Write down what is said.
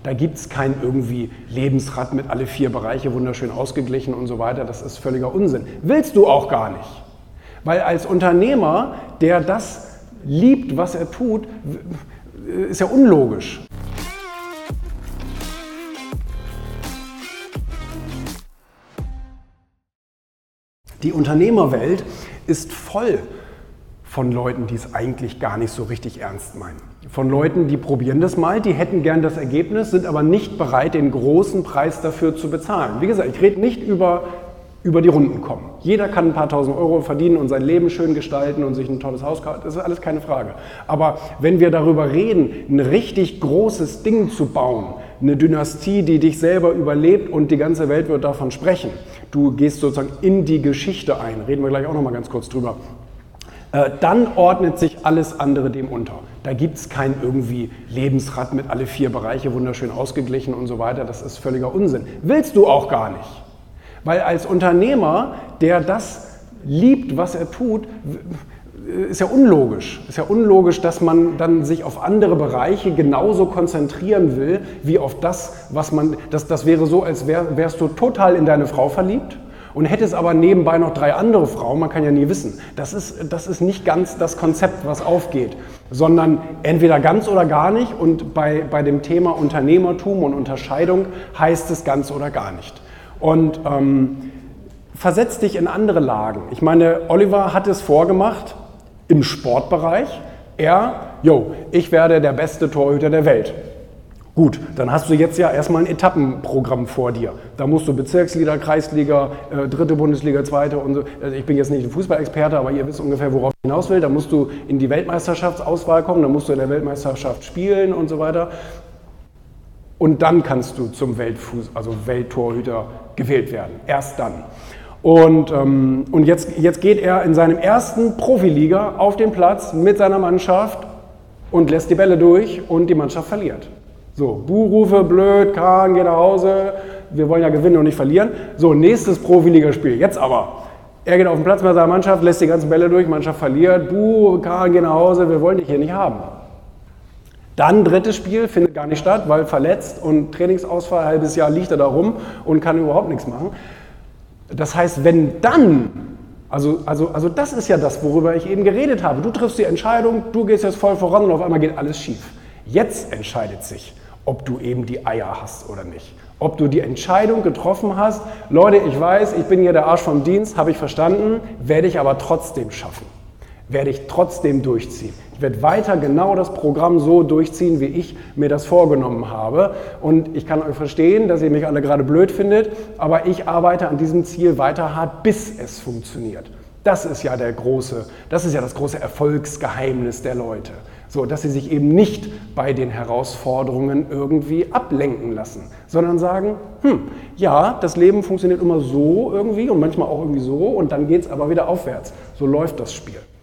Da gibt es kein irgendwie Lebensrad mit alle 4 Bereiche wunderschön ausgeglichen und so weiter. Das ist völliger Unsinn. Willst du auch gar nicht. Weil als Unternehmer, der das liebt, was er tut, ist ja unlogisch. Die Unternehmerwelt ist voll von Leuten, die es eigentlich gar nicht so richtig ernst meinen. Von Leuten, die probieren das mal, die hätten gern das Ergebnis, sind aber nicht bereit, den großen Preis dafür zu bezahlen. Wie gesagt, ich rede nicht über die Runden kommen. Jeder kann ein paar tausend Euro verdienen und sein Leben schön gestalten und sich ein tolles Haus kaufen, das ist alles keine Frage. Aber wenn wir darüber reden, ein richtig großes Ding zu bauen, eine Dynastie, die dich selber überlebt und die ganze Welt wird davon sprechen, du gehst sozusagen in die Geschichte ein, reden wir gleich auch noch mal ganz kurz drüber, dann ordnet sich alles andere dem unter. Da gibt es kein irgendwie Lebensrad mit alle 4 Bereiche wunderschön ausgeglichen und so weiter, das ist völliger Unsinn. Willst du auch gar nicht. Weil als Unternehmer, der das liebt, was er tut, ist ja unlogisch. Ist ja unlogisch, dass man dann sich auf andere Bereiche genauso konzentrieren will, wie auf das, was man, das wäre so, als wärst du total in deine Frau verliebt und hättest aber nebenbei noch 3 andere Frauen, man kann ja nie wissen. Das ist nicht ganz das Konzept, was aufgeht, sondern entweder ganz oder gar nicht und bei dem Thema Unternehmertum und Unterscheidung heißt es ganz oder gar nicht. Und versetz dich in andere Lagen. Ich meine, Oliver hat es vorgemacht im Sportbereich. Ich werde der beste Torhüter der Welt. Gut, dann hast du jetzt ja erstmal ein Etappenprogramm vor dir. Da musst du Bezirksliga, Kreisliga, 3. Bundesliga, 2. und so. Also ich bin jetzt nicht ein Fußballexperte, aber ihr wisst ungefähr, worauf ich hinaus will. Da musst du in die Weltmeisterschaftsauswahl kommen, da musst du in der Weltmeisterschaft spielen und so weiter. Und dann kannst du zum Welttorhüter gewählt werden. Erst dann. Und jetzt geht er in seinem ersten Profiliga auf den Platz mit seiner Mannschaft und lässt die Bälle durch und die Mannschaft verliert. So, Buhrufe, blöd, Kahn, geh nach Hause, wir wollen ja gewinnen und nicht verlieren. So, nächstes Profiligaspiel. Jetzt aber. Er geht auf den Platz mit seiner Mannschaft, lässt die ganzen Bälle durch, Mannschaft verliert, Kahn, geh nach Hause, wir wollen dich hier nicht haben. Dann 3. Spiel, findet gar nicht statt, weil verletzt und Trainingsausfall, ein halbes Jahr liegt er da rum und kann überhaupt nichts machen. Das heißt, wenn dann, also das ist ja das, worüber ich eben geredet habe. Du triffst die Entscheidung, du gehst jetzt voll voran und auf einmal geht alles schief. Jetzt entscheidet sich, ob du eben die Eier hast oder nicht. Ob du die Entscheidung getroffen hast, Leute, ich weiß, ich bin hier der Arsch vom Dienst, habe ich verstanden, werde ich aber trotzdem schaffen. Werde ich trotzdem durchziehen. Ich werde weiter genau das Programm so durchziehen, wie ich mir das vorgenommen habe. Und ich kann euch verstehen, dass ihr mich alle gerade blöd findet, aber ich arbeite an diesem Ziel weiter hart, bis es funktioniert. Das ist ja das große Erfolgsgeheimnis der Leute. So, dass sie sich eben nicht bei den Herausforderungen irgendwie ablenken lassen, sondern sagen, ja, das Leben funktioniert immer so irgendwie und manchmal auch irgendwie so und dann geht es aber wieder aufwärts. So läuft das Spiel.